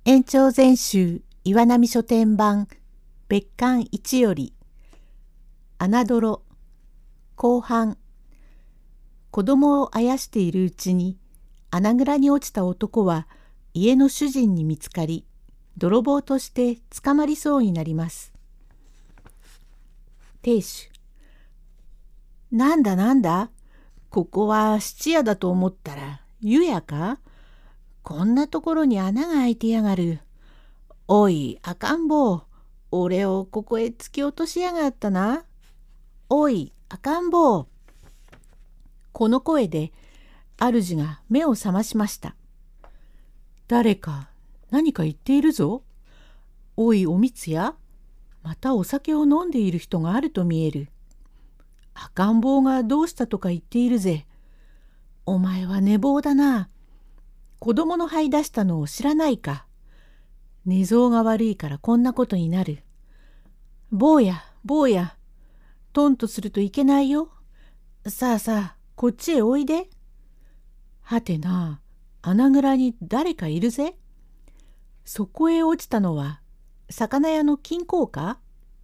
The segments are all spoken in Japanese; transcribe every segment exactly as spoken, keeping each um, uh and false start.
延長全集岩波書店版別館一より穴泥後半。子供をあやしているうちに穴蔵に落ちた男は家の主人に見つかり、泥棒として捕まりそうになります。亭主。なんだなんだ、ここは質屋だと思ったら湯屋か。こんなところに穴が開いてやがる。おい赤ん坊、俺をここへ突き落としやがったな。おい赤ん坊。この声で主が目を覚ましました。誰か何か言っているぞ。おいおみつや、またお酒を飲んでいる人があると見える。赤ん坊がどうしたとか言っているぜ。お前は寝坊だな。子供の這い出したのを知らないか。寝相が悪いからこんなことになる。坊や坊や、とんとするといけないよ。さあさあ、こっちへおいで。はてな、穴蔵に誰かいるぜ。そこへ落ちたのは魚屋の金庫か。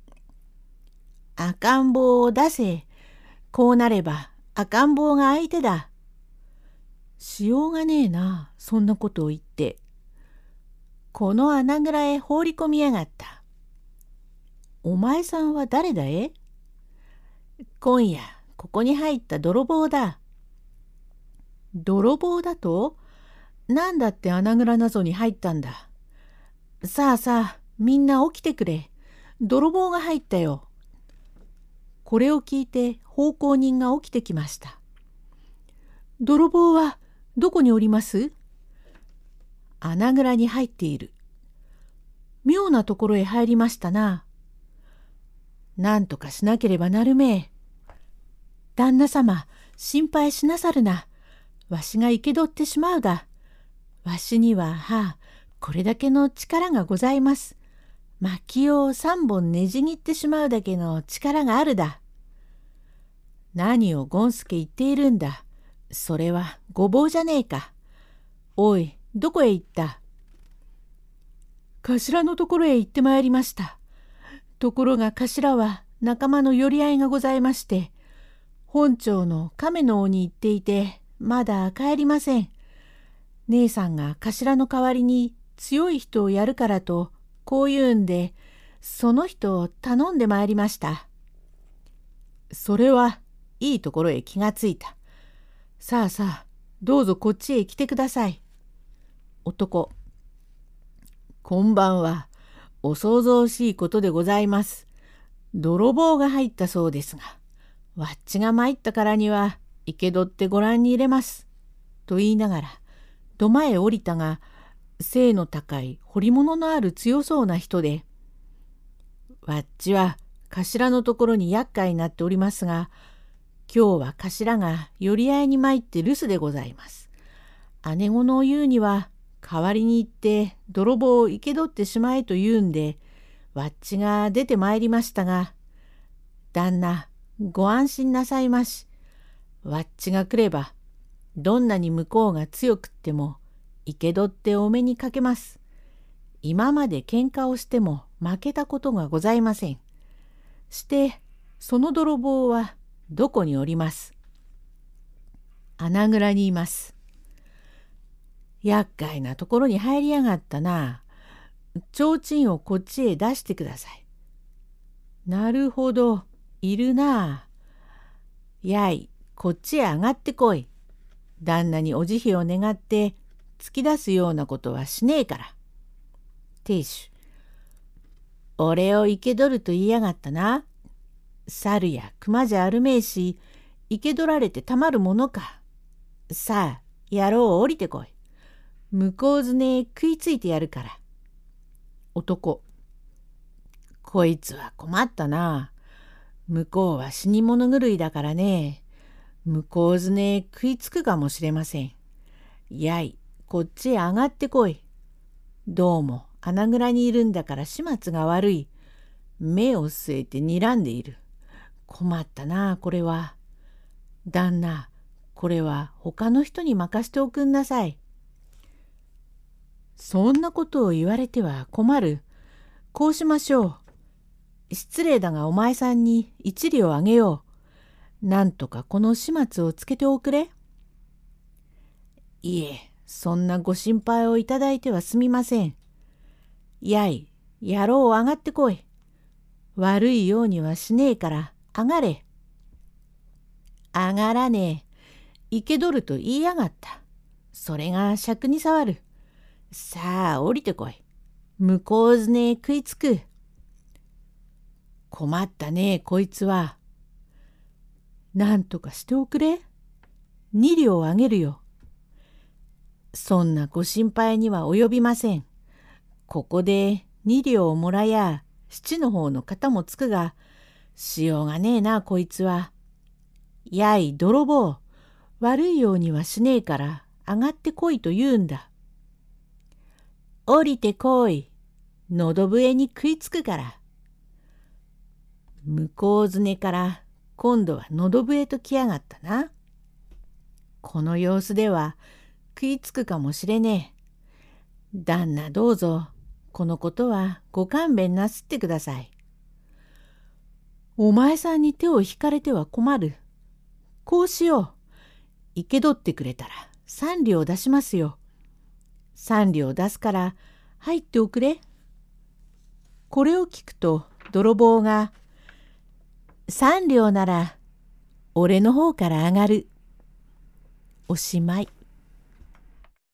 赤ん坊を出せ。こうなれば赤ん坊が相手だ。しようがねえな、そんなことを言って。この穴蔵へ放り込みやがった。お前さんは誰だえ。今夜ここに入った泥棒だ。泥棒だと。なんだって穴蔵なぞに入ったんだ。さあさあ、みんな起きてくれ。泥棒が入ったよ。これを聞いて奉公人が起きてきました。泥棒はどこにおります？穴蔵に入っている。妙なところへ入りましたな。なんとかしなければなるめえ。旦那様、心配しなさるな。わしが生け取ってしまうだ。わしには、はあ、これだけの力がございます。薪を三本ねじ切ってしまうだけの力があるだ。何をゴンスケ言っているんだ。それはごぼうじゃねえか。おい、どこへ行った？頭のところへ行ってまいりました。ところが頭は仲間の寄り合いがございまして、本町の亀の尾に行っていて、まだ帰りません。姉さんが頭の代わりに強い人をやるからと、こう言うんで、その人を頼んでまいりました。それはいいところへ気がついた。さあさあ、どうぞこっちへ来てください。男。こんばんは。お想像しいことでございます。泥棒が入ったそうですが、わっちが参ったからには生け取ってご覧に入れます。と言いながら土間へ降りたが、背の高い彫り物のある強そうな人で、わっちは頭のところに厄介になっておりますが、今日は頭が寄り合いに参って留守でございます。姉子の言うには代わりに行って泥棒を生け取ってしまえと言うんで、わっちが出てまいりましたが、旦那ご安心なさいまし。わっちが来ればどんなに向こうが強くっても生け取ってお目にかけます。今まで喧嘩をしても負けたことがございません。してその泥棒はどこにおります？穴蔵にいます。厄介なところに入りやがったな。提灯をこっちへ出してください。なるほど、いるな。やい、こっちへ上がってこい。旦那にお慈悲を願って突き出すようなことはしねえから。亭主。俺を生け取ると言いやがったな。猿や熊じゃあるめえし、生け取られてたまるものか。さあ、野郎降りてこい。向こうずね食いついてやるから。男。こいつは困ったな。向こうは死に物狂いだからね。向こうずね食いつくかもしれません。やい、こっちへ上がってこい。どうも穴蔵にいるんだから始末が悪い。目を据えて睨んでいる。困ったな、これは。旦那、これは他の人に任しておくんなさい。 そんなことを言われては困る。こうしましょう。失礼だがお前さんに一両あげよう。なんとかこの始末をつけておくれ。いえ、そんなご心配をいただいてはすみません。やい、野郎上がってこい。悪いようにはしねえから上がれ。上がらねえ。生け取ると言いやがった。それが尺に触る。さあ降りてこい。向こうずねへ食いつく。困ったねえこいつは。なんとかしておくれ。二両あげるよ。そんなご心配には及びません。ここで二両もらや七の方の肩もつくが、しようがねえなこいつは。やい泥棒、悪いようにはしねえから上がってこいと言うんだ。降りてこい。のど笛に食いつくから。向こうずねから今度はのど笛と来やがったな。この様子では食いつくかもしれねえ。旦那どうぞこのことはご勘弁なすってください。お前さんに手を引かれては困る。こうしよう。生け取ってくれたら三両出しますよ。三両出すから入っておくれ。これを聞くと泥棒が、三両なら俺の方から上がる。おしまい。